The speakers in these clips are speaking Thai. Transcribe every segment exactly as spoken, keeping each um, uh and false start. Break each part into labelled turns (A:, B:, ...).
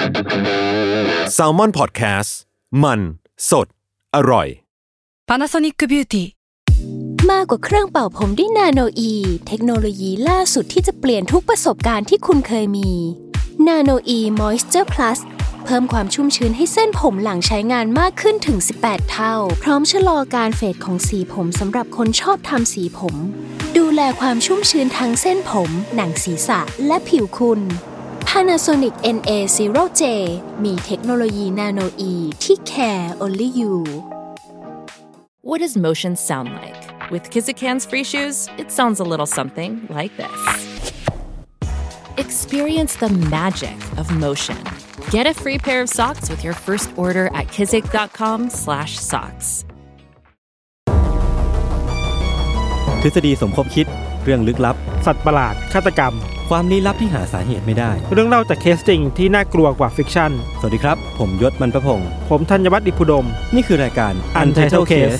A: Salmon Podcast มันสดอร่อย
B: Panasonic Beauty
C: มากกว่าเครื่องเป่าผมด้วยนาโนอีเทคโนโลยีล่าสุดที่จะเปลี่ยนทุกประสบการณ์ที่คุณเคยมีนาโนอี Moisture Plus เพิ่มความชุ่มชื้นให้เส้นผมหลังใช้งานมากขึ้นถึงสิบแปดเท่าพร้อมชะลอการเฟดของสีผมสำหรับคนชอบทำสีผมดูแลความชุ่มชื้นทั้งเส้นผมหนังศีรษะและผิวคุณ Panasonic เอ็น เอ ศูนย์ เจ มีเทคโนโลยีนาโนอีที่ care only you
D: What does motion sound like? With Kizikans free shoes, it sounds a little something like this. Experience the magic of motion. Get a free pair of socks with your first order at kizik dot com slash socks.
E: ทฤษฎีสมคบคิดเรื่องลึกลับ
F: สัตว์ประหลาดฆาตกรรม
E: ความลี้ลับที่หาสาเหตุไม่ได้
F: เรื่องเล่าจากเคสจริงที่น่ากลัวกว่าฟิกชั่น
E: สวัสดีครับผมยศมันประพงษ์
F: ผมธัญวัฒน์อิพุดม
E: นี่คือรายการ
F: Untitled Case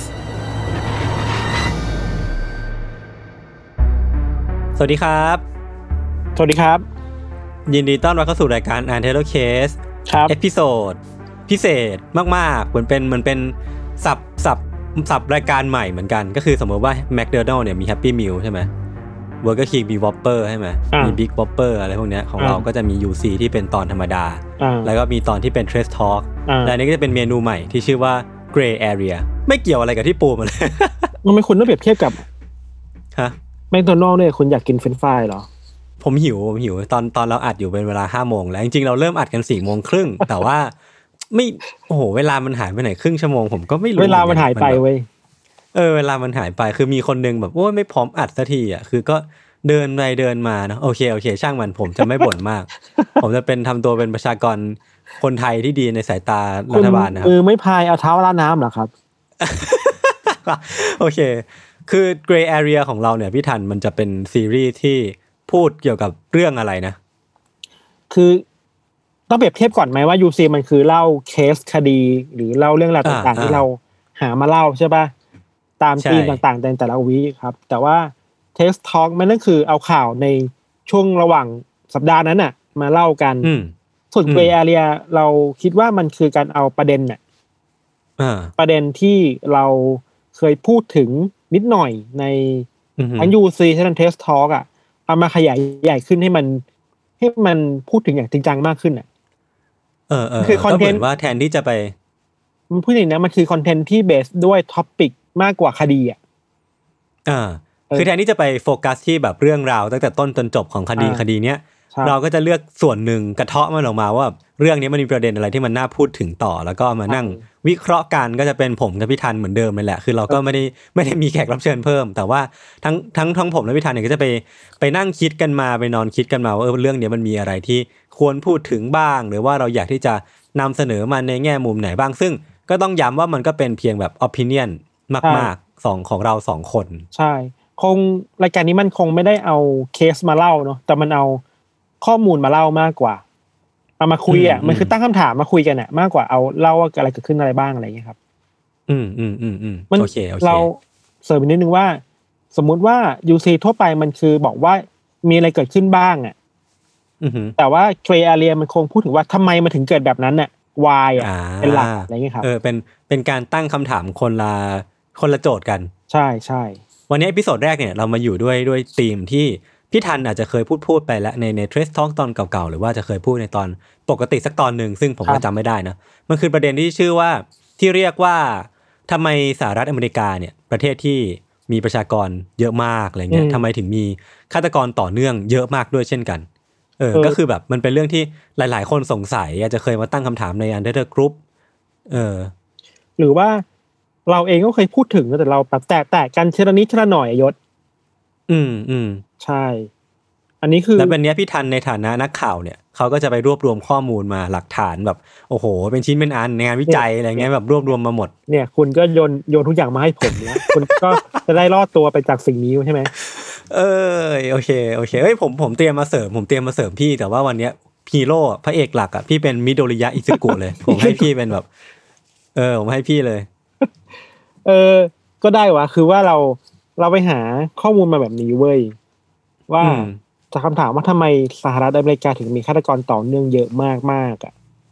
E: สวัสดีครับ
F: สวัสดีครับ
E: ยินดีต้อนรับเข้าสู่รายการ Untitled Case
F: ครับ
E: เอพิโซดพิเศษมากๆเหมือนเป็นเหมือนเป็นสับสับสับรายการใหม่เหมือนกันก็คือสมมติว่า McDonald's เนี่ยมี Happy Meal ใช่ไหม Burger King มี Whopper ใช่ไหมมี Big Whopper อะไรพวกเนี้ยของเราก็จะมี ยู ซี ที่เป็นตอนธรรมดาแล้วก็มีตอนที่เป็น Trash Talk และอันนี้ก็จะเป็นเมนูใหม่ที่ชื่อว่า Gray Area ไม่เกี่ยวอะไรกับที่ปูมันเลย
F: มันไม่คุณต้องเปรียบเทียบกับ
E: ฮะ
F: McDonald's เนี่ยคุณอยากกินเฟรนช์ฟรายเหรอ
E: ผมหิวผมหิวตอนตอนเราอัดอยู่เป็นเวลา ห้าโมงแล้วจริงๆเราเริ่มอัดกัน สี่โมงครึ่งแต่ว่าไม่โอ้โหเวลามันหายไปไหนครึ่งชั่วโมงผมก็ไม่รู้
F: เวลามันหายไปเว้ย
E: เออเวลามันหายไปคือมีคนนึงแบบโอ้ยไม่พร้อมอัดสักทีอ่ะคือก็เดินไปเดินมาเนาะโอเคโอเคช่างมันผมจะไม่บ่นมาก ผมจะเป็นทำตัวเป็นประชากรคนไทยที่ดีในสายตารัฐบาลนะครับ
F: มือไม่พายเอาเท้าล้างน้ำเหรอครับ
E: โอเคคือ Gray Area ของเราเนี่ยพี่ทันมันจะเป็นซีรีส์ที่พูดเกี่ยวกับเรื่องอะไรนะ
F: คือต้องเปรียบเทียบก่อนไหมว่า ยู ซี มันคือเล่าเคสคดีหรือเล่าเรื่องราวต่างๆที่เราหามาเล่าใช่ป่ะตามธีมต่างๆในแต่ละวีคครับแต่ว่า Trash Talk มันนั่นคือเอาข่าวในช่วงระหว่างสัปดาห์นั้นน่ะมาเล่ากันส่วน Gray Area เราคิดว่ามันคือการเอาประเด็นน่ะประเด็นที่เราเคยพูดถึงนิดหน่อยในทั้ง ยู ซี ทั้ง Trash Talk อ่ะเอามาขยายใหญ่ขึ้นให้มันให้มันพูดถึงอย่างจริงจังมากขึ้นน่ะ
E: เออๆคือคอนเทนต์ว่าแทนที่จะไป
F: มันพูดอย่างนั้นมันคือคอนเทนต์ที่เบสด้วยท็อปิกมากกว่าคดีอ่ะ
E: อ่าคือแทนที่จะไปโฟกัสที่แบบเรื่องราวตั้งแต่ต้นจนจบของคดีคดีเนี้ยเราก็จะเลือกส่วนหนึ่งกระเทาะมันออกมาว่าเรื่องนี้มันมีประเด็นอะไรที่มันน่าพูดถึงต่อแล้วก็มานั่งวิเคราะห์กันก็จะเป็นผมกับพี่ทันเหมือนเดิมเลยแหละคือเราก็ไม่ได้ไม่ได้มีแขกรับเชิญเพิ่มแต่ว่าทั้งทั้งทั้งผมและพี่ทันเนี่ยก็จะไปไปนั่งคิดกันมาไปนอนคิดกันมาว่าเออเรื่องนี้มันมีอะไรที่ควรพูดถึงบ้างหรือว่าเราอยากที่จะนำเสนอมาในแง่มุมไหนบ้างซึ่งก็ต้องย้ำว่ามันก็เป็นเพียงแบบ opinion มากๆสองของเราสองคน
F: ใช่คงรายการนี้มันคงไม่ได้เอาเคสมาเล่าเนาะแต่มันเอาข้อมูลมาเล่ามากกว่าเอามาคุยอ่ะมันคือตั้งคำถามมาคุยกันอ่ะมากกว่าเอาเล่าว่าอะไรเกิดขึ้นอะไรบ้างอะไรอย่างเงี้ยครับ
E: อืมอืมอืมอืมโอเคโอเค
F: เราเสริมอีกนิดนึงว่าสมมุติว่า ยู ซี ทั่วไปมันคือบอกว่ามีอะไรเกิดขึ้นบ้างอ่ะแต่ว่า Gray Area มันคงพูดถึงว่าทำไมมันถึงเกิดแบบนั้นน่ะ why อ่ะเป็นหลักอะไรอย่างเงี้ยครับ
E: เออเป็นเป็นการตั้งคำถามคนละคนละโจทย์กัน
F: ใช่ใช่
E: วันนี้เอพิโซดแรกเนี่ยเรามาอยู่ด้วยด้วยธีมที่พี่ทันอาจจะเคยพูดพูดไปแล้วในใน Trash Talk ตอนเก่าๆหรือว่าจะเคยพูดในตอนปกติสักตอนนึงซึ่งผมก็จำไม่ได้นะมันคือประเด็นที่ชื่อว่าที่เรียกว่าทำไมสหรัฐอเมริกาเนี่ยประเทศที่มีประชากรเยอะมากอะไรเงี้ยทำไมถึงมีฆาตกรต่อเนื่องเยอะมากด้วยเช่นกันเออก็คือแบบมันเป็นเรื่องที่หลายๆคนสงสัยอาจจะเคยมาตั้งคำถามใน Untitled Group เออ
F: หรือว่าเราเองก็เคยพูดถึงแต่เราแบบแตกๆกันทีละนิดทีละหน่อยยศ
E: อืมอืม
F: ใช่อันนี้คือ
E: แล้วเป็นเนี้ยพี่ทันในฐานะนักข่าวเนี่ยเขาก็จะไปรวบรวมข้อมูลมาหลักฐานแบบโอ้โหเป็นชิ้นเป็นอันในงานวิจัยอะไรเงี้ยแบบรวบรวมมาหมด
F: เนี่ยคุณก็โยนโยนทุกอย่างมาให้ผมเนี่ยคุณก็จะได้รอดตัวไปจากสิ่งนี้ใช่ไหม
E: เออโอเคโอเคเฮ้ยผมผมเตรียมมาเสริมผมเตรียมมาเสริมพี่แต่ว่าวันเนี้ยฮีโร่พระเอกหลักอ่ะพี่เป็นมิโดริยะอิซึกุเลยผมให้พี่เป็นแบบเออผมให้พี่เลย
F: เออก็ได้วะคือว่าเราเราไปหาข้อมูลมาแบบนี้เว้ยว่าจากคำถามว่าทำไมสหรัฐอเมริกาถึงมีฆาตกรต่อเนื่องเยอะมากๆอ่ะ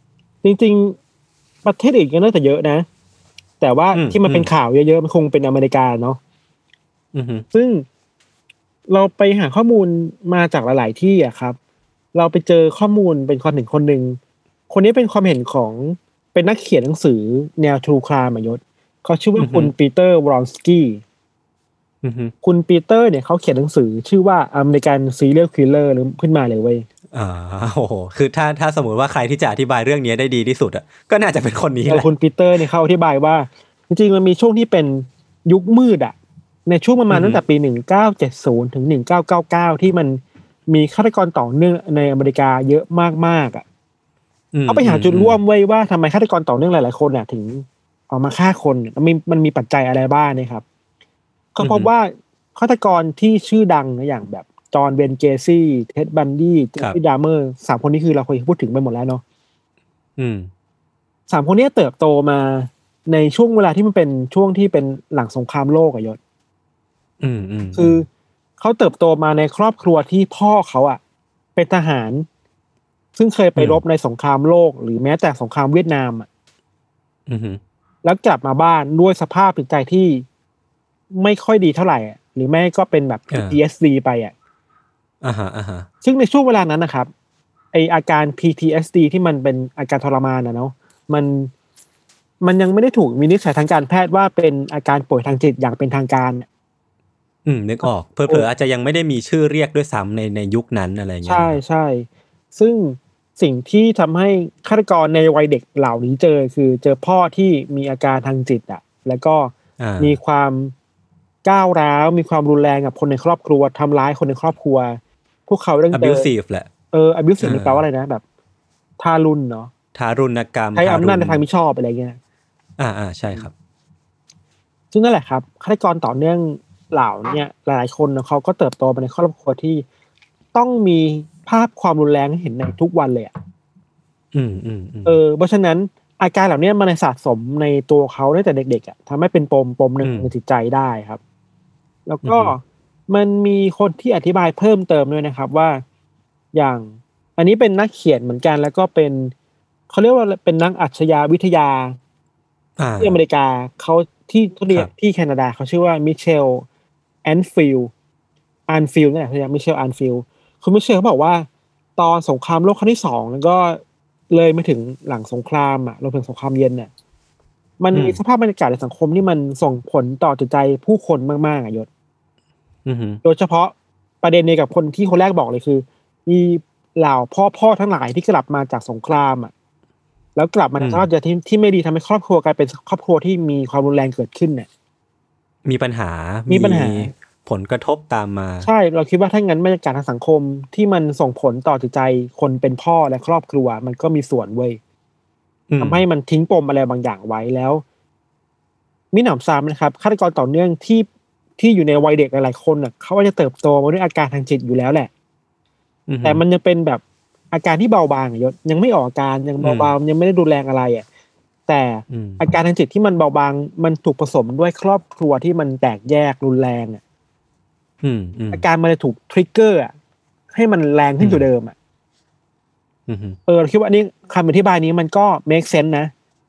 F: จริงๆประเทศอื่นก็น่าจะเยอะนะแต่ว่าที่มันเป็นข่าวเยอะๆมันคงเป็นอเมริกาเนาะซึ่งเราไปหาข้อมูลมาจากหลายๆที่อ่ะครับเราไปเจอข้อมูลเป็นคนหนึ่งคนหนึ่งคนนี้เป็นความเห็นของเป็นนักเขียนหนังสือแนว True Crime ยศเขาชื่อว่าคุณปีเตอร์วอรอนสกี้คุณปีเตอร์เนี่ยเขาเขียนหนังสือชื่อว่า American Serial Killer หรือขึ้นมาเลยเว้ย
E: อ่าโอ้โหคือถ้าถ้าสมมติว่าใครที่จะอธิบายเรื่องนี้ได้ดีที่สุดอ่ะก็น่าจะเป็นคนนี้แหละ
F: คุณปีเตอร์เนี่ยเขาอธิบายว่าจริงๆมันมีช่วงที่เป็นยุคมืดอ่ะในช่วงประมาณตั้งแต่ปีหนึ่งเก้าเจ็ดศูนย์ถึงหนึ่งเก้าเก้าเก้าที่มันมีฆาตกรต่อเนื่องในอเมริกาเยอะมากๆอ่ะเขาไปหาจุดร่วมไว้ว่าทำไมฆาตกรต่อเนื่องหลายๆคนอ่ะถึงออกมาฆ่าคนมันมีมันมีปัจจัยอะไรบ้างนะครับเขาพบว่าฆาตกรที่ชื่อดังนะอย่างแบบจอห์นเวนเกซี่เท็ดบันดี้เจฟฟี่ดาเมอร์สามคนนี้คือเราเคยพูดถึงไปหมดแล้วเนาะสามคนนี้เติบโตมาในช่วงเวลาที่มันเป็นช่วงที่เป็นหลังสงครามโลกอะยศคือเขาเติบโตมาในครอบครัวที่พ่อเขาอะเป็นทหารซึ่งเคยไปรบในสงครามโลกหรือแม้แต่สงครามเวียดนามอะแล้วกลับมาบ้านด้วยสภาพจิตใจที่ไม่ค่อยดีเท่าไหร่หรือไม่ก็เป็นแบบ พี ที เอส ดี ไปอ่ะ
E: อ่าฮะอ่าฮะ
F: ซึ่งในช่วงเวลานั้นนะครับไออาการ พี ที เอส ดี ที่มันเป็นอาการทรมานนะเนาะมันมันยังไม่ได้ถูกวินิจฉัยทางการแพทย์ว่าเป็นอาการป่วยทางจิตอย่างเป็นทางการ
E: อืมนึกออกเผลอๆอาจจะยังไม่ได้มีชื่อเรียกด้วยซ้ำในในยุคนั้นอะไรเงี้ย
F: ใช่ใช่ซึ่งสิ่งที่ทำให้ฆาตกรในวัยเด็กเหล่านี้เจอคือเจอพ่อที่มีอาการทางจิตอ่ะแล้วก็มีความก้าวร้าวมีความรุนแรงกับคนในครอบครัวทำร้ายคนในครอบครัวพวกเขาต้องเจอ
E: abusive แหละ
F: เออ abusive นี่แปลว่าอะไรนะแบบทารุณเนาะ
E: ทารุณกรรม
F: ใช้อำนาจในทางมิชอบอะไรเงี้ย
E: อ่าอ่าใช่ครับ
F: ซึ่งนั่นแหละครับฆาตกรต่อเนื่องเหล่านี้หลายๆคนเขาก็เติบโตมาในครอบครัวที่ต้องมีภาพความรุนแรงให้เห็นในทุกวันเลยอ่ะ
E: อืมอืม
F: เออเพราะฉะนั้นอาการเหล่านี้มันสะสมในตัวเขาตั้งแต่เด็กๆอ่ะทำให้เป็นปมปมหนึ่งในจิตใจได้ครับแล้วก็มันมีคนที่อธิบายเพิ่มเติมด้วยนะครับว่าอย่างอันนี้เป็นนักเขียนเหมือนกันแล้วก็เป็นเขาเรียกว่าเป็นนักอัจฉริยะวิทยาที่อเมริกาเขาที่ทุเรียนที่แคนาดาเขาชื่อว่ามิเชลแอนฟิลอันฟิลนั่นแหละมิเชลอันฟิลคุณมิเชลเขาบอกว่าตอนสงครามโลกครั้งที่สองแล้วก็เลยมาถึงหลังสงครามอ่ะรวมถึงสงครามเย็นเนี่ยมันมีสภาพบรรยากาศในสังคมที่มันส่งผลต่อจิตใจผู้คนมากๆอ่ะยศโดยเฉพาะประเด็นนี้กับคนที่คนแรกบอกเลยคือมีเหล่าพ่อพ่อทั้งหลายที่กลับมาจากสงครามอ่ะแล้วกลับมาในสภาพจิตที่ที่ไม่ดีทำให้ครอบครัวกลายเป็นครอบครัวที่มีความรุนแรงเกิดขึ้นเนี่ย
E: มีปัญหา
F: มีปัญหา
E: ผลกระทบตามมา
F: ใช่เราคิดว่าถ้างั้นบรรยากาศทางสังคมที่มันส่งผลต่อจิตใจคนเป็นพ่อและครอบครัวมันก็มีส่วนเว้ยทำให้มันทิ้งปมอะไรบางอย่างไว้แล้วมิหนำซ้ำนะครับฆาตกรต่อเนื่องที่ที่อยู่ในวัยเด็กหลายๆคนน่ะเขาว่าจะเติบโตมาด้วยอาการทางจิตอยู่แล้วแหละแต่มันยังเป็นแบบอาการที่เบาบางยศยังไม่ออกอาการยังเบาๆยังไม่ได้รุนแรงอะไรอ่ะแต่อาการทางจิตที่มันเบาบางมันถูกผสมด้วยครอบครัวที่มันแตกแยกรุนแรงอ่ะอาการมันจะถูกทริกเกอร์อ่ะให้มันแรงขึ้นกว่าเดิมอ่ะเออเราคิดว่านี่คำอธิบายนี้มันก็ make sense นะ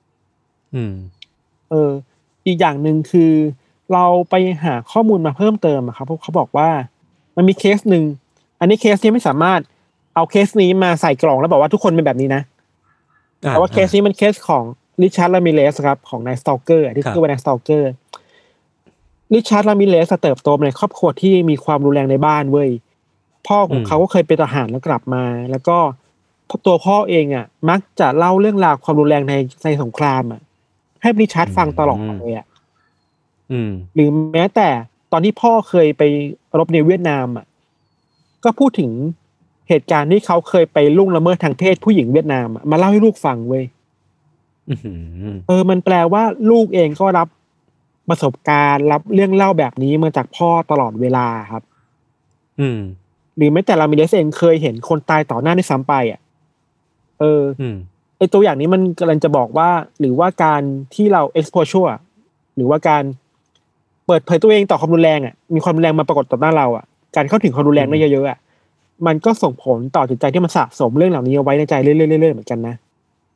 F: เอออีกอย่างหนึ่งคือเราไปหาข้อมูลมาเพิ่มเติมอะครับเพราะเขาบอกว่ามันมีเคสหนึ่งอันนี้เคสนี้ไม่สามารถเอาเคสนี้มาใส่กล่องแล้วบอกว่าทุกคนเป็นแบบนี้นะแต่ว่าเคสนี้มันเคสของริชาร์ด ลามิเลสครับของนายสตอเกอร์ที่ชื่อว่านายสตอเกอร์ริชาร์ด ลามิเลสเติบโตในครอบครัวที่มีความรุนแรงในบ้านเว้ยพ่อของเขาก็เคยเป็นทหารแล้วกลับมาแล้วก็ตัวพ่อเองอ่ะมักจะเล่าเรื่องราวความรุนแรงในในสงครามอ่ะให้ริชาร์ดฟังตลอดเลยอ่ะหรือแม้แต่ตอนที่พ่อเคยไปรบในเวียดนามอ่ะก็พูดถึงเหตุการณ์ที่เขาเคยไปล่วงละเมิดทางเพศผู้หญิงเวียดนามมาเล่าให้ลูกฟังเว้ยเออมันแปลว่าลูกเองก็รับประสบการณ์รับเรื่องเล่าแบบนี้มาจากพ่อตลอดเวลาครับ
E: อืม
F: หรือแม้แต่ลามิเลสเองเคยเห็นคนตายต่อหน้าด้วยซ้ำไปอ่ะเออไอตัวอย่างนี้มันกำลังจะบอกว่าหรือว่าการที่เรา exposure หรือว่าการเปิดเผยตัวเองต่อความรุนแรงอ่ะมีความรุนแรงมาปรากฏต่อหน้าเราอ่ะการเข้าถึงความรุนแรงได้เยอะๆอ่ะมันก็ส่งผลต่อจิตใจที่มันสะสมเรื่องเหล่านี้เอาไว้ในใจเรื่อยๆๆเหมือนกันนะ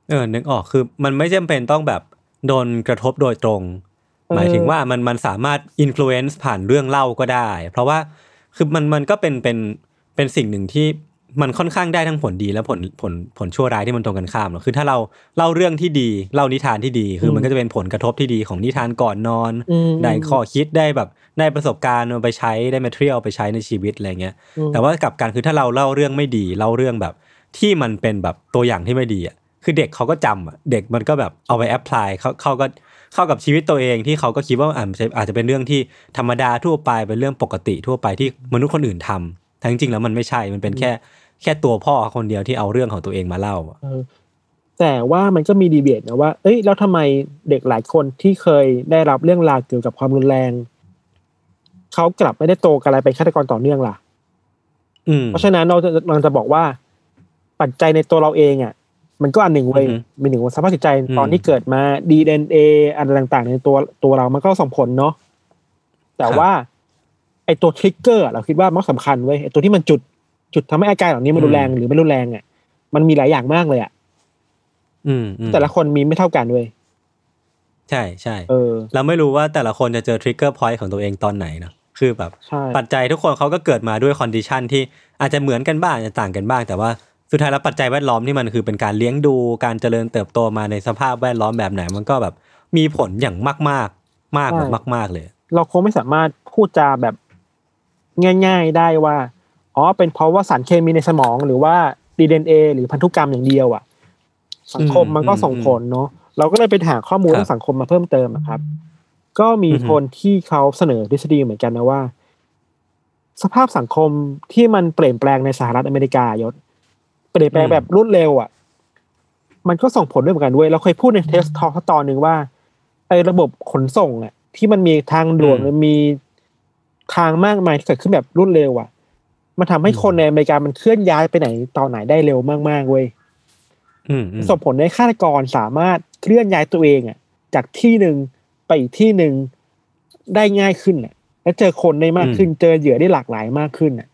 E: เออนึกออกคือมันไม่จำเป็นต้องแบบโดนกระทบโดยตรงหมายถึงว่ามันมันสามารถอิมโฟเอนซ์ผ่านเรื่องเล่าก็ได้เพราะว่าคือมันมันก็เป็นเป็นเป็นสิ่งหนึ่งที่มันค่อนข้างได้ทั้งผลดีและผลผลผลชั่วร้ายที่มันตรงกันข้ามเนาะคือถ้าเราเล่าเรื่องที่ดีเล่านิทานที่ดีคือมันก็จะเป็นผลกระทบที่ดีของนิทานก่อนนอนได้ข้อคิดได้แบบได้ประสบการณ์เอาไปใช้ได้แมทริอัลไปใช้ในชีวิตอะไรเงี้ยแต่ว่ากลับกันคือถ้าเราเล่าเรื่องไม่ดีเล่าเรื่องแบบที่มันเป็นแบบตัวอย่างที่ไม่ดีอ่ะคือเด็กเขาก็จำอ่ะเด็กมันก็แบบเอาไปแอพพลายเขาเขาก็เข้ากับชีวิตตัวเองที่เขาก็คิดว่าอาจจะเป็นเรื่องที่ธรรมดาทั่วไปเป็นเรื่องปกติทั่วไปที่มนุษย์คนอื่นทำทั้งจริงแล้วมันไม่ใช่มันเป็นแค่แค่ตัวพ่อคนเดียวที่เอาเรื่องของตัวเองมาเล่าอ่ะ
F: แต่ว่ามันก็มีดีเบตนะว่าเอ้ยแล้วทำไมเด็กหลายคนที่เคยได้รับเรื่องราวเกี่ยวกับความรุนแรงเขากลับไม่ได้โตกันอะไรเป็นฆาตกรต่อเนื่องล่ะเพราะฉะนั้นเราจะเราจะบอกว่าปัจจัยในตัวเราเองอ่ะมันก็อันหนึ่งเว้ยมีหนึ่งว่าสภาพจิตใจตอนที่เกิดมา ดี เอ็น เอ อะไรต่างๆในตัวตัวเรามันก็ส่งผลเนาะแต่ว่าไอตัวทริกเกอร์เราคิดว่ามันสำคัญเว้ยไอตัวที่มันจุดจุดทำให้อาการเหล่านี้มันรุนแรงหรือไม่รุนแรงอ่ะมันมีหลายอย่างมากเลยอ่ะแต่ละคนมีไม่เท่ากันเว้ย
E: ใช่ใช่เราไม่รู้ว่าแต่ละคนจะเจอทริกเกอร์พอยต์ของตัวเองตอนไหนเนาะคือแบบปัจจัยทุกคนเขาก็เกิดมาด้วยคอนดิชันที่อาจจะเหมือนกันบ้างอาจจะต่างกันบ้างแต่ว่าสุดท้ายแล้วปัจจัยแวดล้อมที่มันคือเป็นการเลี้ยงดูการเจริญเติบโตมาในสภาพแวดล้อมแบบไหนมันก็แบบมีผลอย่างมากๆมากมากแบบมากๆเลย
F: เราคงไม่สามารถพูดจาแบบง่ายๆได้ว่าอ๋อเป็นเพราะว่าสารเคมีในสมองหรือว่า ดี เอ็น เอ หรือพันธุกรรมอย่างเดียวอ่ะสังคมมันก็ส่งผลเนาะเราก็เลยไปหาข้อมูลเรื่องสังคมมาเพิ่มเติมนะครับก็มีคนที่เขาเสนอทฤษฎีเหมือนกันนะว่าสภาพสังคมที่มันเปลี่ยนแปลงในสหรัฐอเมริกายศเปลี่ยนแปลงแบบรวดเร็วอ่ะมันก็ส่งผลด้วยเหมือนกันด้วยเราเคยพูดในเทสทอล์คตอนนึงว่าไอ้ระบบขนส่งอ่ะที่มันมีทางด่วนหรือมีทางมากมายที่เกิดขึ้นแบบรวดเร็วอ่ะมันทำให้คนในอเมริกามันเคลื่อนย้ายไปไหนตอนไหนได้เร็วมากๆเว้ยส่งผลให้ฆาตกรสามารถเคลื่อนย้ายตัวเองอ่ะจากที่นึงไปอีกที่นึงได้ง่ายขึ้นอ่ะและเจอคนได้มากขึ้นเจอเหยื่อได้หลากหลายมากขึ้นอ่ะ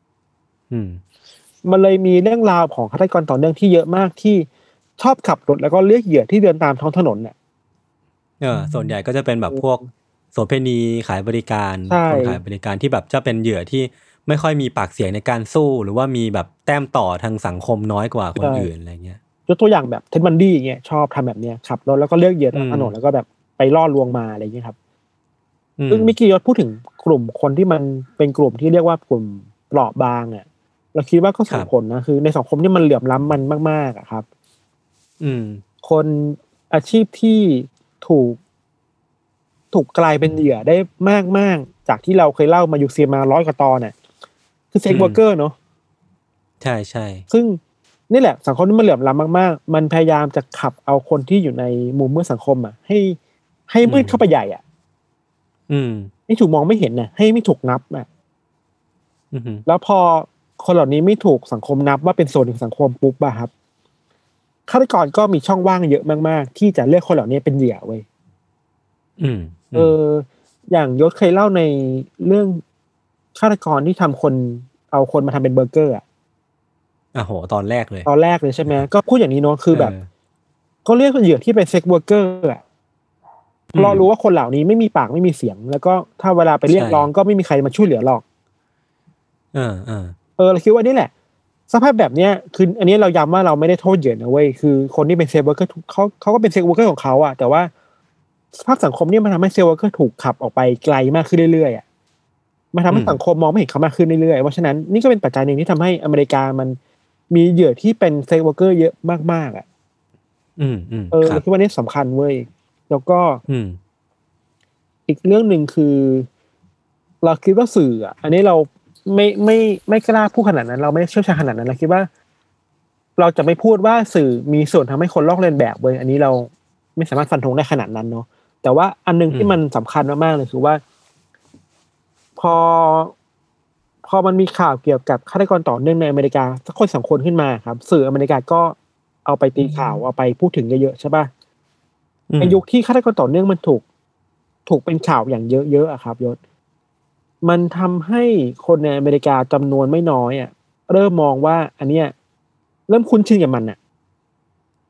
F: มันเลยมีเรื่องราวของฆาตกรต่อเนื่องที่เยอะมากที่ชอบขับรถแล้วก็เลือกเหยื่อที่เดินตามท้องถนนน่ะ
E: เออส่วนใหญ่ก็จะเป็นแบบพวกโสเภณีขายบริการคนขายบริการที่แบบจะเป็นเหยื่อที่ไม่ค่อยมีปากเสียงในการสู้หรือว่ามีแบบแต้มต่อทางสังคมน้อยกว่าคนอื่นอะไรเงี้ย
F: ยกตัวอย่างแบบเท็ดบันดี้อย่างเงี้ยชอบทำแบบเนี้ยขับรถแล้วก็เลือกเหยื่อตามถนนแล้วก็แบบไปล่อลวงมาอะไรเงี้ยครับซึ่งมิกกี้ยศพูดถึงกลุ่มคนที่มันเป็นกลุ่มที่เรียกว่ากลุ่มเปราะบางอ่ะเราคิดว่าก็ส่งผลนะคือในสังคมที่มันเหลื่อมล้ำมันมากๆอ่ะครับคนอาชีพที่ถูกถูกกลายเป็นเหยื่อได้มากๆจากที่เราเคยเล่ามาอยู่เซียมาร้อยกว่าตอนน่ะคือเซ็กเวิร์กเกอร์เนาะ
E: ใช่ใช่
F: ซึ่งนี่แหละสังคมที่มันเหลื่อมล้ำมากๆมันพยายามจะขับเอาคนที่อยู่ในมุมมืดสังคมอ่ะให้ให้มืดเข้าไปใหญ่อ่ะให้ถูกมองไม่เห็นน่ะให้ไม่ถูกนับน่ะแล้วพอคนเหล่านี้ไม่ถูกสังคมนับว่าเป็นส่วนหนึ่งสังคมปุ๊บอะครับฆาตกรก็มีช่องว่างเยอะมากๆที่จะเลือกคนเหล่านี้เป็นเหยื่อเว้ยเอออย่างยศเคยเล่าในเรื่องฆาตกรที่ทำคนเอาคนมาทำเป็นเบอร์เกอร์อะ
E: อ่ะโหตอนแรกเลย
F: ตอนแรกเลยใช่ไหมก็พูดอย่างนี้เนาะคือแบบก็เรียกเหยื่อที่เป็นเซ็กเวิร์กเกอร์อะเรารู้ว่าคนเหล่านี้ไม่มีปากไม่มีเสียงแล้วก็ถ้าเวลาไปเรียกร้องก็ไม่มีใครมาช่วยเหลือหรอก
E: เออเออ
F: เออเราคิดว่านี่แหละสภาพแบบเนี้ยคืออันนี้เราย้ำว่าเราไม่ได้โทษเหยื่อนะเว้ยคือคนที่เป็นเซ็กเวิร์กเกอร์เขาเขาก็เป็นเซ็กเวิร์กเกอร์ของเขาอะแต่ว่าสภาพสังคมนี่มันทำให้เซ็กเวิร์กเกอร์ถูกขับออกไปไกลมากขึ้นเรื่อยๆอะมันทำให้สังคมมองไม่เห็นเขามากขึ้นเรื่อยๆเพราะฉะนั้นนี่ก็เป็นปัจจัยหนึ่งที่ทำให้อเมริกามันมีเหยื่อที่เป็นเซ็กเวิร์กเกอร์เยอะมากๆอะ
E: อืมอืม
F: เออเราคิดว่านี่สำคัญเว้ยแล้วก็อีกเรื่องหนึ่งคือเราคิดว่าสื่ออ่ะอันนี้เราไม่ไม่ไม่กล้าพูดขนาดนั้นเราไม่เชี่ยวชาญขนาดนั้นเราคิดว่าเราจะไม่พูดว่าสื่อมีส่วนทำให้คนลอกเลียนแบบเว้ยอันนี้เราไม่สามารถฟันธงได้ขนาดนั้นเนาะแต่ว่าอันนึงที่มันสำคัญมากๆเลยคือว่าพอพอมันมีข่าวเกี่ยวกับฆาตกรต่อเนื่องในอเมริกาสักคนสองคนขึ้นมาครับสื่ออเมริกาก็เอาไปตีข่าวเอาไปพูดถึงเยอะๆใช่ป่ะในยุคที่ฆาตกรต่อเนื่องมันถูกถูกเป็นข่าวอย่างเยอะๆอ่ะครับยศมันทำให้คนในอเมริกาจำนวนไม่น้อยอ่ะเริ่มมองว่าอันเนี้ยเริ่มคุ้นชินกับมันอ่ะ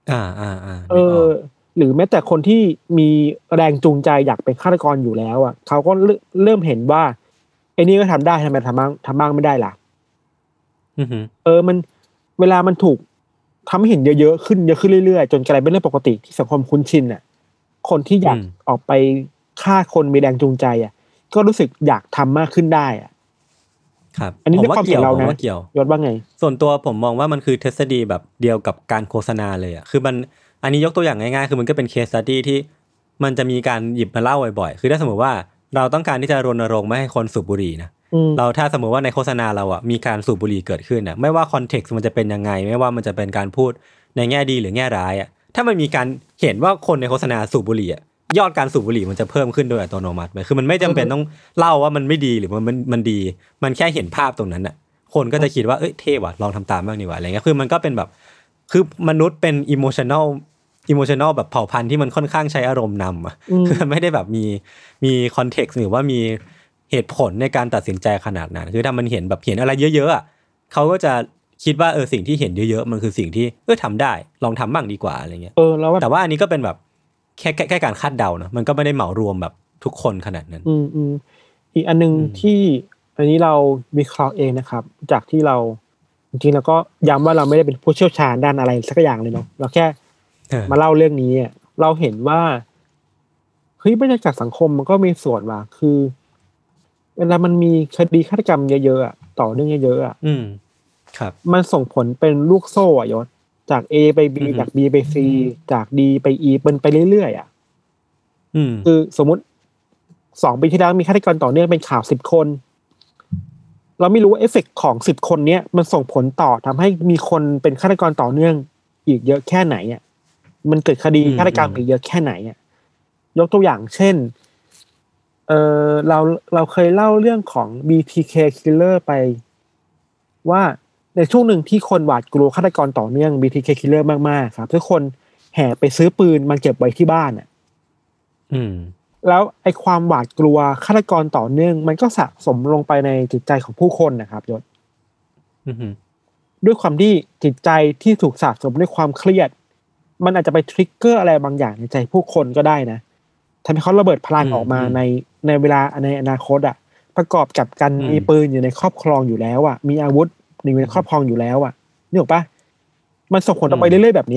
E: อ่าอ่าอ่า
F: เออหรือแม้แต่คนที่มีแรงจูงใจอยากเป็นฆาตกรอยู่แล้วอ่ะเขาก็เริ่มเห็นว่าไอ้นี่ก็ทำได้ทำไมทำบ้างทำบ้างไม่ได้ล่ะ
E: อือฮึ
F: เออมันเวลามันถูกทำให้เห็นเยอะๆขึ้นเยอะขึ้นเรื่อยๆจนกลายเป็นเรื่องปกติที่สังคมคุ้นชินอ่ะคนที่อยากออกไปฆ่าคนมีแรงจูงใจอ่ะก็รู้สึกอยากทำมากขึ้นได้อ่ะ
E: ครับ
F: อันนี้ด้วยความเกี่ยวผม
E: ว่าเกี่ยวย
F: ศว่าไง
E: ส่วนตัวผมมองว่ามันคือทฤษฎีแบบเดียวกับการโฆษณาเลยอ่ะคือมันอันนี้ยกตัวอย่างง่ายๆคือมันก็เป็นเคสสตั๊ดดี้ที่มันจะมีการหยิบมาเล่าบ่อยๆคือถ้าสมมติว่าเราต้องการที่จะรณรงค์ไม่ให้คนสูบบุหรี่นะเราถ้าสมมติว่าในโฆษณาเราอ่ะมีการสูบบุหรี่เกิดขึ้นอ่ะไม่ว่าคอนเท็กซ์มันจะเป็นยังไงไม่ว่ามันจะเป็นการพูดในแง่ดีหรือแง่ร้ายอ่ะถ้ามันมีการเห็นว่าคนในโฆษณาสูบบุหรี่อ่ะยอดการสูบบุหรี่มันจะเพิ่มขึ้นโดยอัตโนมัติเลยคือมันไม่จำเป็นต้องเล่าว่ามันไม่ดีหรือมันมันมันดีมันแค่เห็นภาพตรงนั้นอ่ะคนก็จะคิดว่าเอ้ยเท่ว่ะลองทำตามบ้างดีกว่าอะไรเงี้ยคือมันก็เป็นแบบคือมนุษย์เป็นอิโมชันแนลอิโมชันแนลแบบเผ่าพันธุ์ที่มันค่อนข้างใช้อารมณ์นำอ่ะคือไม่ได้แบบมีมีคอนเท็กซ์หรือว่ามีเหตุผลในการตัดสินใจขนาดนั้นคือถ้ามันเห็นแบบเห็นอะไรเยอะๆอ่ะเขาก็จะคิดว่าเออสิ่งที่เห็นเยอะๆมันคือสิ่งที่เออทำได้ลองทำบ้างดีกว่าอะไรเงี้ย
F: เออแล้ว
E: แต่ว่าอันนี้ก็เป็นแบบแค่แค่การคาดเดาเนาะมันก็ไม่ได้เหมารวมแบบทุกคนขนาดนั้น
F: อืมอืมอีกอันนึงที่อันนี้เราวิเคราะห์เองนะครับจากที่เราจริงๆแล้วก็ย้ำว่าเราไม่ได้เป็นผู้เชี่ยวชาญด้านอะไรสักอย่างเลยเนาะเราแค่มาเล่าเรื่องนี้เราเห็นว่าเฮ้ยบรรยากาศสังคมมันก็มีส่วนว่ะคือเวลามันมีคดีฆาตกรรมเยอะๆอ่ะต่อเนื่องเยอะๆอ่ะ
E: อืมครับ
F: มันส่งผลเป็นลูกโซ่อ่ะยศจาก A ไป B จาก B ไป C จาก D ไป E เป็นไปเรื่อยๆอ่ะ
E: อืม
F: คือสมมุติสองปีที่แล้วมีฆาตกรต่อเนื่องเป็นข่าวสิบคนเราไม่รู้ว่าเอฟเฟกต์ของสิบคนเนี้ยมันส่งผลต่อทำให้มีคนเป็นฆาตกรต่อเนื่องอีกเยอะแค่ไหนอ่ะมันเกิดคดีฆาตกรรมอีกเยอะแค่ไหนอ่ะยกตัวอย่างเช่นเออเราเราเคยเล่าเรื่องของ บี ที เค Killer ไปว่าในช่วงหนึ่งที่คนหวาดกลัวฆาตกรต่อเนื่อง บี ที เค Killer มากๆครับทุกคนแห่ไปซื้อปืนมาเก็บไว้ที่บ้านอ่ะ
E: อืม
F: แล้วไอ้ความหวาดกลัวฆาตกรต่อเนื่องมันก็สะสมลงไปในจิตใจของผู้คนนะครับยศด้วยความที่จิตใจที่ถูกสะสมด้วยความเครียดมันอาจจะไปทริกเกอร์อะไรบางอย่างในใจผู้คนก็ได้นะทำให้เขาระเบิดพลังออกมาในในเวลาในอนาคตอ่ะประกอบกับการมีปืนอยู่ในครอบครองอยู่แล้วอ่ะมีอาวุธอยู่ในครอบครองอยู่แล้วอ่ะนึกออกปะมันส่งผลต่อไปเรื่อยๆแบบนี้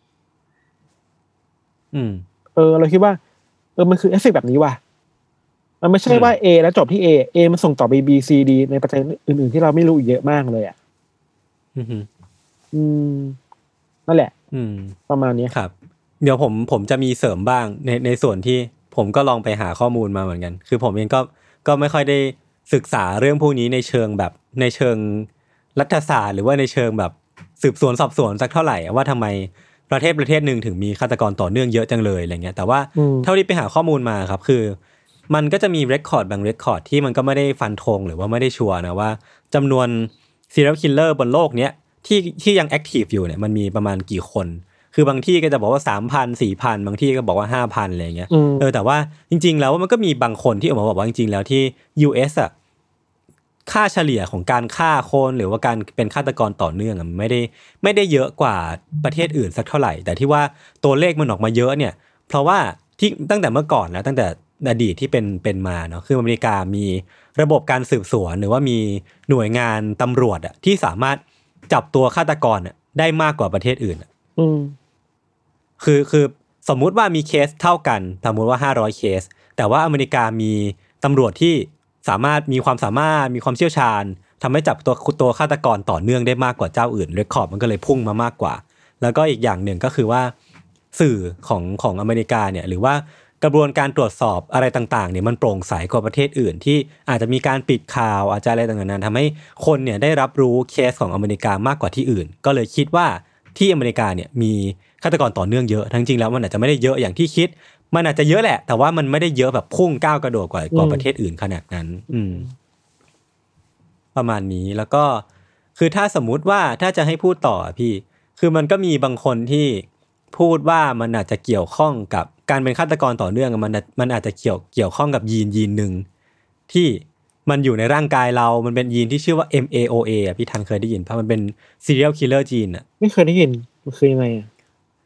E: อืม
F: เออเราคิดว่าเออมันคือเอฟเฟกต์แบบนี้ว่ะมันไม่ใช่ว่า A แล้วจบที่ A A มันส่งต่อไป B C D ในปัจจัยอื่นๆที่เราไม่รู้อีกเยอะมากเลยอ่ะ
E: อืม
F: อืมนั่นแหละ
E: อืม
F: ประมาณนี้
E: ครับเดี๋ยวผมผมจะมีเสริมบ้างในในส่วนที่ผมก็ลองไปหาข้อมูลมาเหมือนกันคือผมเองก็ก็ไม่ค่อยได้ศึกษาเรื่องพวกนี้ในเชิงแบบในเชิงรัฐศาสตร์หรือว่าในเชิงแบบสืบสวนสอบสวนสักเท่าไหร่ว่าทำไมประเทศประเทศหนึ่งถึงมีฆาตกรต่อเนื่องเยอะจังเลยอะไรเงี้ยแต่ว่าเท่าที่ไปหาข้อมูลมาครับคือมันก็จะมีเรคคอร์ดบางเรคคอร์ดที่มันก็ไม่ได้ฟันธงหรือว่าไม่ได้ชัวร์นะว่าจำนวน serial killer บนโลกเนี้ยที่ที่ยังแอคทีฟอยู่เนี่ยมันมีประมาณกี่คนคือบางที่ก็จะบอกว่า สามพัน สี่พัน บางที่ก็บอกว่า ห้าพัน อะไรเงี้ยเออแต่ว่าจริงๆแล้วมันก็มีบางคนที่ออกมาบอกว่าจริงๆแล้วที่ ยู เอส อ่ะค่าเฉลี่ยของการฆ่าคนหรือว่าการเป็นฆาตกรต่อเนื่องอ่ะไม่ได้ไม่ได้เยอะกว่าประเทศอื่นสักเท่าไหร่แต่ที่ว่าตัวเลขมันออกมาเยอะเนี่ยเพราะว่าที่ตั้งแต่เมื่อก่อนแล้วตั้งแต่อดีตที่เป็นเป็นมาเนาะคืออเมริกามีระบบการสืบสวนหรือว่ามีหน่วยงานตำรวจอ่ะที่สามารถจับตัวฆาตกรอ่ะได้มากกว่าประเทศอื่น
F: อืม
E: คือคือสมมุติว่ามีเคสเท่ากันสมมุติว่าห้าร้อยเคสแต่ว่าอเมริกามีตำรวจที่สามารถมีความสามารถมีความเชี่ยวชาญทำให้จับตัวตัวฆาตกรต่อเนื่องได้มากกว่าเจ้าอื่นเรคคอร์ดมันก็เลยพุ่งมามากกว่าแล้วก็อีกอย่างหนึ่งก็คือว่าสื่อของของอเมริกาเนี่ยหรือว่ากระบวนการตรวจสอบอะไรต่างๆเนี่ยมันโปร่งใสกว่าประเทศอื่นที่อาจจะมีการปิดข่าวอาจจะอะไรต่างๆนั้นทำให้คนเนี่ยได้รับรู้เคสของอเมริกามากกว่าที่อื่นก็เลยคิดว่าที่อเมริกาเนี่ยมีฆาตกรต่อเนื่องเยอะทั้งจริงแล้วมันอาจจะไม่ได้เยอะอย่างที่คิดมันอาจจะเยอะแหละแต่ว่ามันไม่ได้เยอะแบบพุ่งก้าวกระโดดกว่ากว่าประเทศอื่นขนาดนั้นอืมประมาณนี้แล้วก็คือถ้าสมมุติว่าถ้าจะให้พูดต่อพี่คือมันก็มีบางคนที่พูดว่ามันอาจจะเกี่ยวข้องกับการเป็นฆาตกรต่อเนื่องมันมันอาจจะเกี่ยวเกี่ยวข้องกับยีนยีนนึงที่มันอยู่ในร่างกายเรามันเป็นยีนที่ชื่อว่า เอ็ม เอ โอ เอ อ่ะพี่ทันเคยได้ยินป่ะมันเป็น serial killer gene อ่ะ
F: ไม่เคยได้ยินมันคือยังไงอ่ะ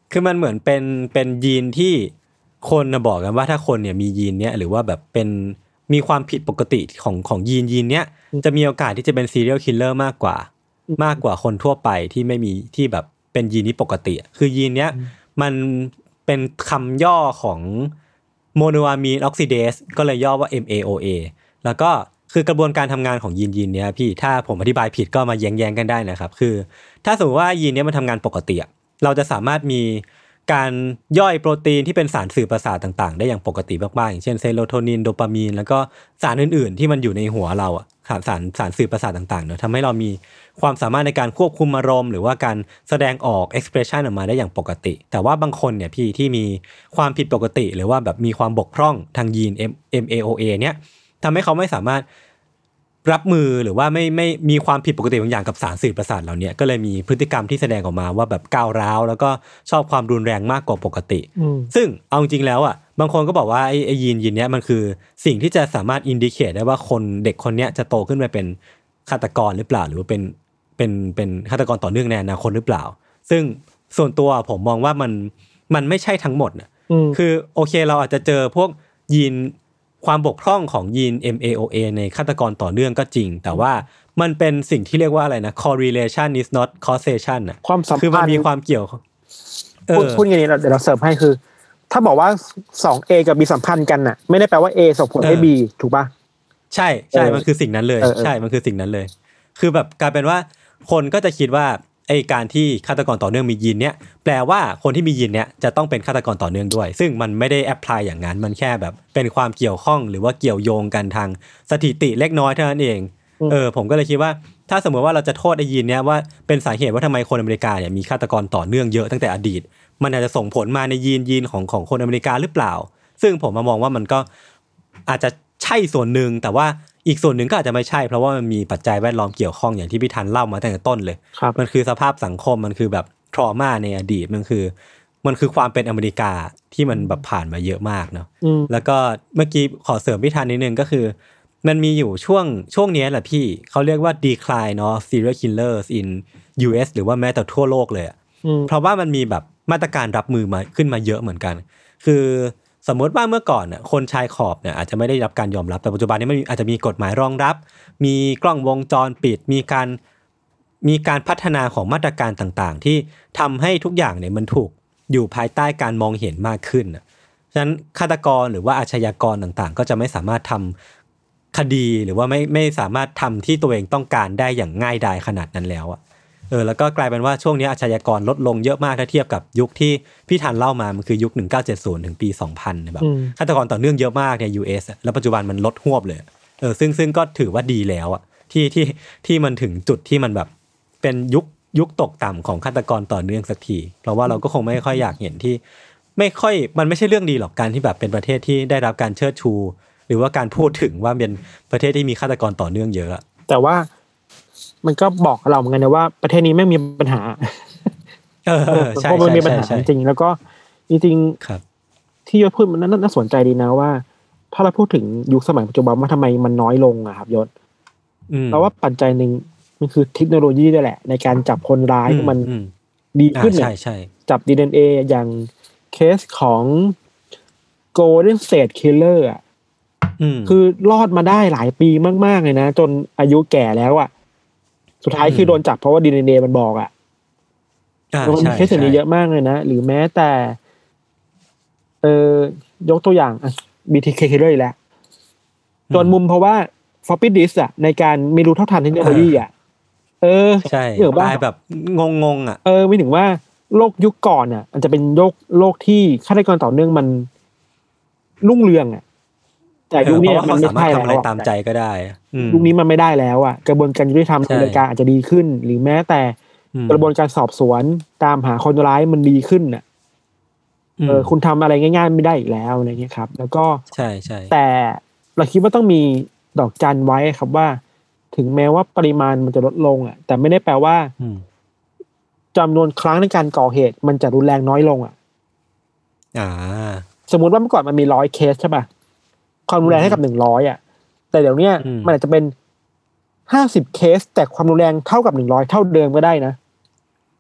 E: คือมันเหมือนเป็นเป็นยีนที่คนนะบอกกันว่าถ้าคนเนี่ยมียีนเนี้ยหรือว่าแบบเป็นมีความผิดปกติของของยีนยีนเนี้ยจะมีโอกาสที่จะเป็นซีเรียลคิลเลอร์มากกว่ามากกว่าคนทั่วไปที่ไม่มีที่แบบเป็นยีนนี้ปกติคือยีนเนี้ยมันเป็นคำย่อของโมโนอะมีนออกซิเดสก็เลยย่อว่า เอ็ม เอ โอ เอ แล้วก็คือกระบวนการทำงานของยีนยีนเนี้ยพี่ถ้าผมอธิบายผิดก็มาแย้งๆกันได้นะครับคือถ้าสมมติว่ายีนเนี้ยมันทำงานปกติเราจะสามารถมีการย่อยโปรตีนที่เป็นสารสื่อประสาทต่างๆได้อย่างปกติมากๆอย่างเช่นเซโรโทนินโดปามีนแล้วก็สารอื่นๆที่มันอยู่ในหัวเราอ่ะสารสารสื่อประสาทต่างๆเนอะทำให้เรามีความสามารถในการควบคุมอารมณ์หรือว่าการแสดงออก expression ออกมาได้อย่างปกติแต่ว่าบางคนเนี่ยพี่ที่มีความผิดปกติหรือว่าแบบมีความบกพร่องทางยีน เอ็ม เอ โอ เอ เนี่ยทำให้เขาไม่สามารถรับมือหรือว่าไม่ไม่มีความผิดปกติบางอย่างกับสารสื่อประสาทเหล่านี้ก็เลยมีพฤติกรรมที่แสดงออกมาว่าแบบก้าวร้าวแล้วก็ชอบความรุนแรงมากกว่าปกติซึ่งเอาจริงแล้วอ่ะบางคนก็บอกว่าไอ้ไอ้ยีนยีนเนี้ยมันคือสิ่งที่จะสามารถอินดิเคตได้ว่าคนเด็กคนเนี้ยจะโตขึ้นไปเป็นฆาตกรหรือเปล่าหรือว่าเป็นเป็นเป็นฆาตกรต่อเนื่องในอนาคตหรือเปล่าซึ่งส่วนตัวผมมองว่ามันมันไม่ใช่ทั้งหมดนะคือโอเคเราอาจจะเจอพวกยีนความบกพร่องของยีน เอ็ม เอ โอ เอ ในฆาตกรต่อเนื่องก็จริงแต่ว่ามันเป็นสิ่งที่เรียกว่าอะไรนะ correlation is not causation น่ะ
F: ความสัมพันธ์
E: คือมันมีความเกี่ยวเออ
F: พูดอย่างนี้เดี๋ยวเราเสริมให้คือถ้าบอกว่า สอง เอ กับ B สัมพันธ์กันน่ะไม่ได้แปลว่า A ส่งผลให้ B ถูกป่ะ
E: ใช่ใช่มันคือสิ่งนั้นเลยใช่มันคือสิ่งนั้นเลยคือแบบกลายเป็นว่าคนก็จะคิดว่าไอ้การที่ฆาตกรต่อเนื่องมียีนเนี้ยแปลว่าคนที่มียีนเนี้ยจะต้องเป็นฆาตกรต่อเนื่องด้วยซึ่งมันไม่ได้แอพพลายอย่างนั้นมันแค่แบบเป็นความเกี่ยวข้องหรือว่าเกี่ยวโยงกันทางสถิติเล็กน้อยเท่านั้นเองเออผมก็เลยคิดว่าถ้าสมมติว่าเราจะโทษไอ้ยีนเนี้ยว่าเป็นสาเหตุว่าทำไมคนอเมริกาเนี่ยมีฆาตกรต่อเนื่องเยอะตั้งแต่อดีตมันอาจจะส่งผลมาในยีนยีนของของคนอเมริกาหรือเปล่าซึ่งผมมามองว่ามันก็อาจจะใช่ส่วนหนึ่งแต่ว่าอีกส่วนหนึ่งก็อาจจะไม่ใช่เพราะว่ามันมีปัจจัยแวดล้อมเกี่ยวข้องอย่างที่พี่ธันเล่ามาตั้งแต่ต้นเลยมันคือสภาพสังคมมันคือแบบทรอมาในอดีตมันคือมันคือความเป็นอเมริกาที่มันแบบผ่านมาเยอะมากเนาะแล้วก็เมื่อกี้ขอเสริมพี่ธันนิดนึงก็คือมันมีอยู่ช่วงช่วงนี้แหละพี่เขาเรียกว่า decline เนาะ serial killers in ยู เอส หรือว่าแม้แต่ทั่วโลกเลยเพราะว่ามันมีแบบมาตรการรับมือมาขึ้นมาเยอะเหมือนกันคือสมมติว่าเมื่อก่อนน่ะคนชายขอบเนี่ยอาจจะไม่ได้รับการยอมรับแต่ปัจจุบันนี้มันอาจจะมีกฎหมายรองรับมีกล้องวงจรปิดมีการมีการพัฒนาของมาตรการต่างๆที่ทำให้ทุกอย่างเนี่ยมันถูกอยู่ภายใต้การมองเห็นมากขึ้นฉะนั้นฆาตกรหรือว่าอาชญากรต่างๆก็จะไม่สามารถทำคดีหรือว่าไม่ไม่สามารถทำที่ตัวเองต้องการได้อย่างง่ายดายขนาดนั้นแล้วอะเออแล้วก็กลายเป็นว่าช่วงนี้อาชญากรลดลงเยอะมากถ้าเทียบกับยุคที่พี่ธันเล่ามามันคือยุคหนึ่งพันเก้าร้อยเจ็ดสิบถึงปีสองพันแบบฆาตกรต่อเนื่องเยอะมากใน ยู เอส แล้วปัจจุบันมันลดหวบเลยเออซึ่งซึ่งก็ถือว่าดีแล้วอ่ะที่ที่ที่มันถึงจุดที่มันแบบเป็นยุคยุคตกต่ำของฆาตกรต่อเนื่องสักทีเพราะว่าเราก็คงไม่ค่อยอยากเห็นที่ไม่ค่อยมันไม่ใช่เรื่องดีหรอกการที่แบบเป็นประเทศที่ได้รับการเชิดชูหรือว่าการพูดถึงว่าเป็นประเทศที่มีฆาตกรต่อเนื่องเยอะ
F: แต่ว่ามันก็บอกเราเหมือนกันนะว่าประเทศนี้ไม่มีปัญหา
E: เออใช่
F: เพราะมันมีปัญหาจริงแล้วก็จริงๆที่ยศพูดมันน่าสนใจดีนะว่าถ้าเราพูดถึงยุคสมัยปัจจุบันว่าทำไมมันน้อยลงอะครับยศเพราะว่าปัจจัยหนึ่งมันคือเทคโนโลยีด้วยแหละในการจับคนร้ายที่มันดีขึ้นเนี่ยจับ ดี เอ็น เอ อย่างเคสของ Golden State Killer อ่ะคือรอดมาได้หลายปีมากๆเลยนะจนอายุแก่แล้วอ่ะสุดท้ายคือโดนจับเพราะว่า ดี เอ็น เอ มันบอกอ่ะมันมีเคสนี้เยอะมากเลยนะหรือแม้แต่เอ่อยกตัวอย่าง บี ที เค Killer อีกแล้วจนมุมเพราะว่า floppy disk อ่ะในการไม่รู้เท่าทันเทคโนโลยีอ่ะเออ
E: ใช่ตายแบบงงๆอ่ะ
F: เออไม่ถึงว่าโลกยุคก่อนอ่ะมันจะเป็นโลกโลกที่ฆาตกรต่อเนื่องมันรุ่งเรืองอ่ะแต่ยุคนี้มันไม่ใช่แล้ว
E: อะไรตามใจก็ได้
F: ยุคนี้มันไม่ได้แล้วอ่ะกระบวนการยุติธรรมในอเมริกาอาจจะดีขึ้นหรือแม้แต่กระบวนการสอบสวนตามหาคนร้ายมันดีขึ้นอ่ะเออคุณทำอะไรง่ายๆไม่ได้อีกแล้วอะไรเงี้ยครับแล้วก็
E: ใช่ใช่
F: แต่เราคิดว่าต้องมีดอกจันไว้ครับว่าถึงแม้ว่าปริมาณมันจะลดลงอ่ะแต่ไม่ได้แปลว่าจำนวนครั้งในการก่อเหตุมันจะรุนแรงน้อยลงอ่ะ
E: อ่า
F: สมมุติว่าเมื่อก่อนมันมีร้อยเคสใช่ป่ะความรุนแรงให้กับหนึ่งร้อยอ่ะแต่เดี๋ยวนี้มันอาจจะเป็นห้าสิบเคสแต่ความรุนแรงเท่ากับหนึ่งร้อยเท่าเดิมก็ได้นะ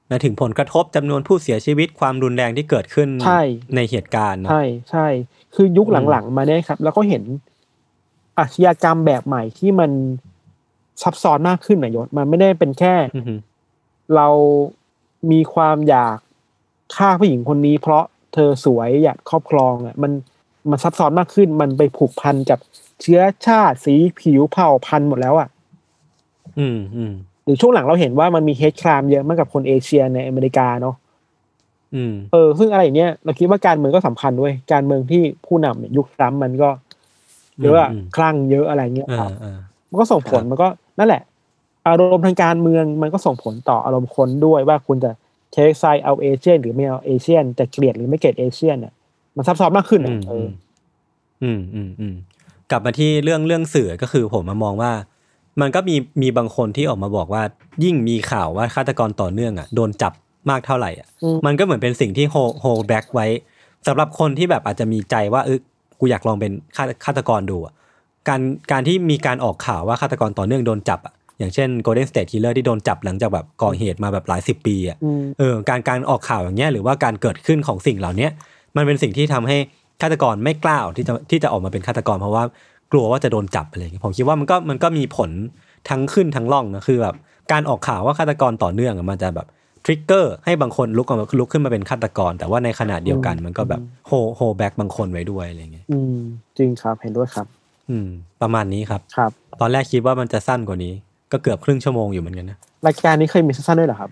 E: และถึงผลกระทบจำนวนผู้เสียชีวิตความรุนแรงที่เกิดขึ้นในเหตุการณ์
F: ใช่ใช่คือยุคหลังๆมาเนี่ยครับแล้วก็เห็นอาชญากรรมแบบใหม่ที่มันซับซ้อนมากขึ้นนะยศมันไม่ได้เป็นแค่เรามีความอยากฆ่าผู้หญิงคนนี้เพราะเธอสวยอยากครอบครองอ่ะมันมันซับซ้อนมากขึ้นมันไปผูกพันกับเชื้อชาติสีผิวเผ่าพันธุ์หมดแล้วอ่ะ
E: อืมอืม
F: หรือช่วงหลังเราเห็นว่ามันมีเฮทครามเยอะมากกับคนเอเชียในอเมริกาเนาะ
E: อืม
F: เออซึ่งอะไรอย่างเงี้ยเราคิดว่าการเมืองก็สำคัญด้วยการเมืองที่ผู้นำเนี่ยยุคทรัมป์มันก็เยอะคลั่งเยอะอะไรเงี้ยครับมันก็ส่งผลมันก็นั่นแหละอารมณ์ทางการเมืองมันก็ส่งผลต่ออารมณ์คนด้วยว่าคุณจะเทคไซด์เอาเอเชียนหรือไม่เอาเอเชียนจะเกลียดหรือไม่เกลียดเอเชียนเนี่ยมันซับซ้อนมากขึ้นอ่ะเออ
E: อืมอืมอืมกลับมาที่เรื่องเรื่องสื่อก็คือผมมามองว่ามันก็มีมีบางคนที่ออกมาบอกว่ายิ่งมีข่าวว่าฆาตกรต่อเนื่องอ่ะโดนจับมากเท่าไหร่อ่ะมันก็เหมือนเป็นสิ่งที่โฮโฮแบ็กไว้สำหรับคนที่แบบอาจจะมีใจว่าเออกูอยากลองเป็นฆาตกรดูอ่ะการการที่มีการออกข่าวว่าฆาตกรต่อเนื่องโดนจับอ่ะอย่างเช่น Golden State Killer ที่โดนจับหลังจากแบบก่อเหตุมาแบบหลายสิบปีอ่ะเออการการออกข่าวอย่างเงี้ยหรือว่าการเกิดขึ้นของสิ่งเหล่านี้มันเป็นสิ่งที่ทำให้ฆาตกรไม่กล้าที่จะที่จะออกมาเป็นฆาตกรเพราะว่ากลัวว่าจะโดนจับอะไรอย่างเงี้ยผมคิดว่ามันก็มันก็มีผลทั้งขึ้นทั้งล่องนะคือแบบการออกข่าวว่าฆาตกรต่อเนื่องมันจะแบบทริกเกอร์ให้บางคนลุกออกมาลุกขึ้นมาเป็นฆาตกรแต่ว่าในขณะเดียวกันมันก็แบบโฮโฮแบ็กบางคนไว้ด้วยอะไรอย่างเงี้ย
F: อืมจริงครับเห็นด้วยครับ
E: อืมประมาณนี้ครับ
F: ครับ
E: ตอนแรกคิดว่ามันจะสั้นกว่านี้ก็เกือบครึ่งชั่วโมงอยู่เหมือนกันนะ
F: รายการนี้เคยมีสั้นๆด้วยเหรอครับ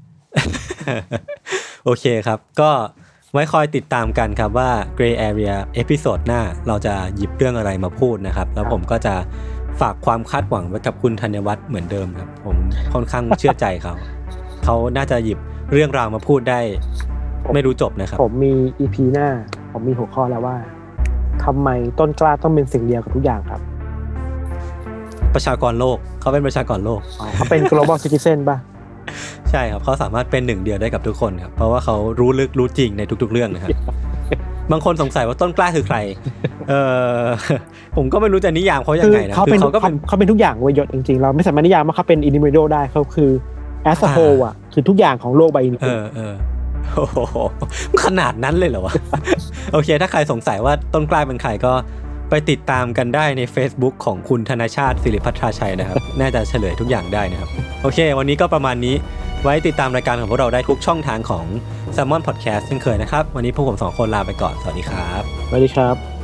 E: โอเคครับก็ไว้คอยติดตามกันครับว่า Gray Area เอพิโซดหน้าเราจะหยิบเรื่องอะไรมาพูดนะครับแล้วผมก็จะฝากความคาดหวังไว้กับคุณธัญวัฒน์เหมือนเดิมครับผมค่อนข้างเชื่อใจเขาเขาน่าจะหยิบเรื่องราวมาพูดได้ไม่รู้จบนะครับ
F: ผมมี อี พี หน้าผมมีหัวข้อแล้วว่าทำไมต้นกล้าต้องเป็นสิ่งเดียวกับทุกอย่างครับ
E: ประชากรโลกเขาเป็นประชากรโลก
F: เขาเป็น global citizen ป่ะ
E: ใช่ครับเขาสามารถเป็นหนึ่งเดียวได้กับทุกคนครับเพราะว่าเขารู้ลึกรู้จริงในทุกๆเรื่องนะครับ บางคนสงสัยว่าต้นกล้าคือใครเออผมก็ไม่รู้จะนิยามเขายังไงนะ
F: คือเขาก็เป็นเขาเป็นทุกอย่างเว้ยยศจริงๆเราไม่สามารถนิยามว่าเขาเป็น individual ได้เขาคือ as a whole อ่ะคือทุกอย่างของโลกใบนี้
E: เออเออโอ้โหขนาดนั้นเลยเหรอวะ โอเคถ้าใครสงสัยว่าต้นกล้าเป็นใครก็ไปติดตามกันได้ใน Facebook ของคุณธนชาติศิริพัฒราชัยนะครับ น่าจะเฉลยทุกอย่างได้นะครับโอเควันนี้ก็ประมาณนี้ไว้ติดตามรายการของพวกเราได้ทุกช่องทางของ Salmon Podcast เช่นเคยนะครับวันนี้พวกผมสองคนลาไปก่อนสวัสดีครับ
F: สวัสดีครับ